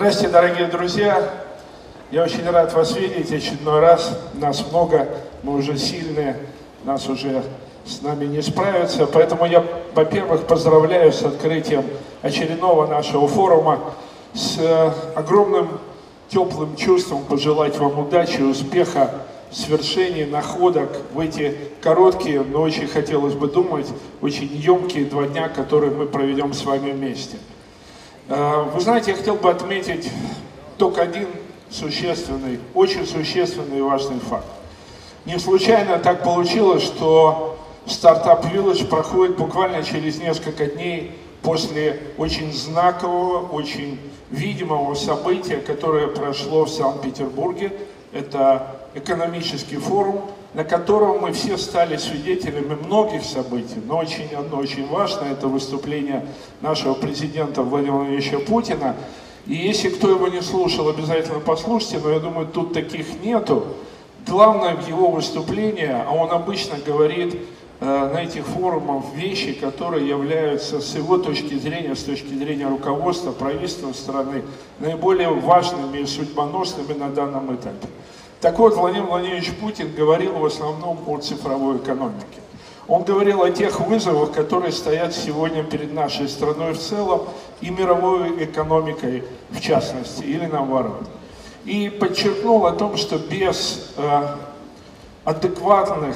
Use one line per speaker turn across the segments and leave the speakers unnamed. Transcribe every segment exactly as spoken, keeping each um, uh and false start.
Здравствуйте, дорогие друзья! Я очень рад вас видеть очередной раз. Нас много, мы уже сильные, нас уже с нами не справиться. Поэтому я, во-первых, поздравляю с открытием очередного нашего форума, с огромным теплым чувством пожелать вам удачи, успеха, свершений, находок в эти короткие, но очень хотелось бы думать, очень емкие два дня, которые мы проведем с вами вместе. Вы знаете, я хотел бы отметить только один существенный, очень существенный и важный факт. Не случайно так получилось, что Startup Village проходит буквально через несколько дней после очень знакового, очень видимого события, которое прошло в Санкт-Петербурге. Это экономический форум, на котором мы все стали свидетелями многих событий, но очень одно очень важное – это выступление нашего президента Владимира Владимировича Путина. И если кто его не слушал, обязательно послушайте, но я думаю, тут таких нету. Главное в его выступлении, а он обычно говорит э, на этих форумах вещи, которые являются с его точки зрения, с точки зрения руководства, правительства страны, наиболее важными и судьбоносными на данном этапе. Так вот, Владимир Владимирович Путин говорил в основном о цифровой экономике. Он говорил о тех вызовах, которые стоят сегодня перед нашей страной в целом и мировой экономикой в частности, или наоборот. И подчеркнул о том, что без э, адекватных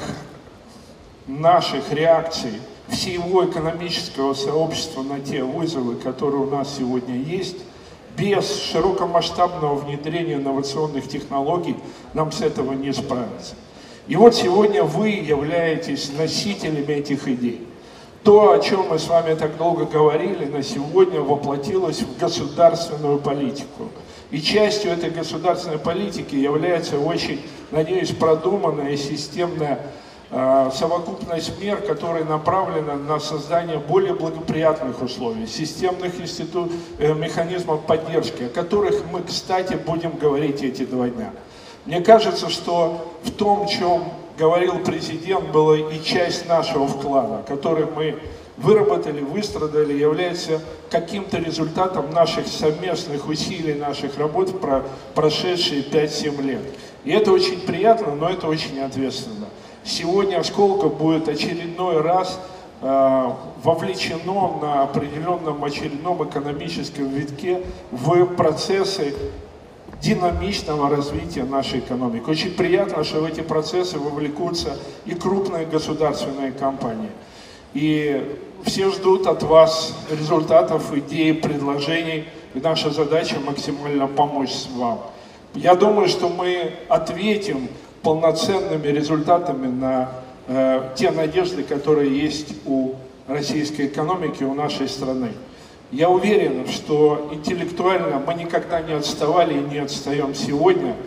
наших реакций всего экономического сообщества на те вызовы, которые у нас сегодня есть, без широкомасштабного внедрения инновационных технологий нам с этого не справиться. И вот сегодня вы являетесь носителями этих идей. То, о чем мы с вами так долго говорили, на сегодня воплотилось в государственную политику. И частью этой государственной политики является очень, надеюсь, продуманная и системная э, совокупность мер, которая направлена на создание более благоприятных условий, системных институт, э, механизмов поддержки, о которых мы, кстати, будем говорить эти два дня. Мне кажется, что в том, о чем говорил президент, была и часть нашего вклада, который мы выработали, выстрадали, является каким-то результатом наших совместных усилий, наших работ в прошедшие пять-семь лет. И это очень приятно, но это очень ответственно. Сегодня Сколково будет очередной раз э, вовлечено на определенном очередном экономическом витке в процессы динамичного развития нашей экономики. Очень приятно, что в эти процессы вовлекутся и крупные государственные компании. И все ждут от вас результатов, идей, предложений, и наша задача максимально помочь вам. Я думаю, что мы ответим полноценными результатами на э, те надежды, которые есть у российской экономики, у нашей страны. Я уверен, что интеллектуально мы никогда не отставали и не отстаем сегодня,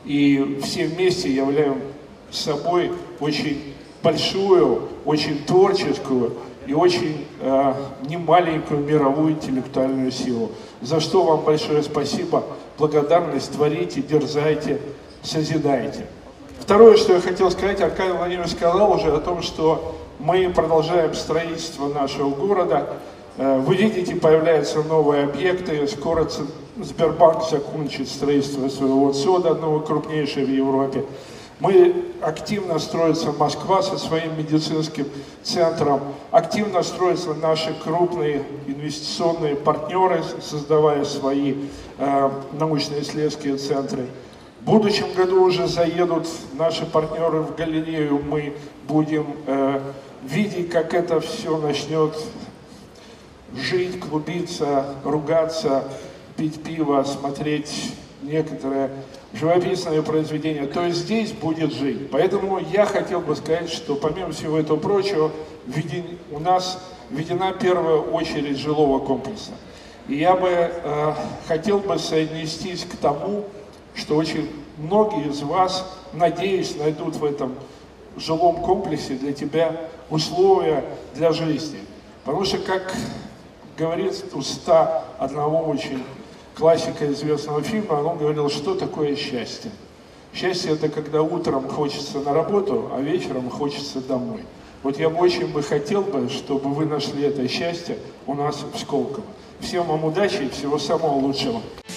и все вместе являем собой очень большую, очень творческую и очень э, немаленькую мировую интеллектуальную силу. За что вам большое спасибо, благодарность, творите, дерзайте, созидайте. Второе, что я хотел сказать, Аркадий Владимирович сказал уже о том, что мы продолжаем строительство нашего города. Вы видите, появляются новые объекты, скоро Сбербанк закончит строительство своего ЦОДа, одного крупнейшего в Европе. Мы активно строится Москва со своим медицинским центром, активно строятся наши крупные инвестиционные партнеры, создавая свои э, научно-исследовательские центры. В будущем году уже заедут наши партнеры в Галилею, мы будем э, видеть, как это все начнет жить, клубиться, ругаться, пить пиво, смотреть некоторые живописные произведения. То есть здесь будет жить. Поэтому я хотел бы сказать, что помимо всего этого прочего, у нас введена первая очередь жилого комплекса. И я бы э, хотел бы соотнестись к тому, что очень многие из вас, надеюсь, найдут в этом жилом комплексе для тебя условия для жизни. Потому что, как говорит уста одного очень классика известного фильма, он говорил, что такое счастье. Счастье – это когда утром хочется на работу, а вечером хочется домой. Вот я бы очень бы хотел, бы, чтобы вы нашли это счастье у нас в Сколково. Всем вам удачи и всего самого лучшего.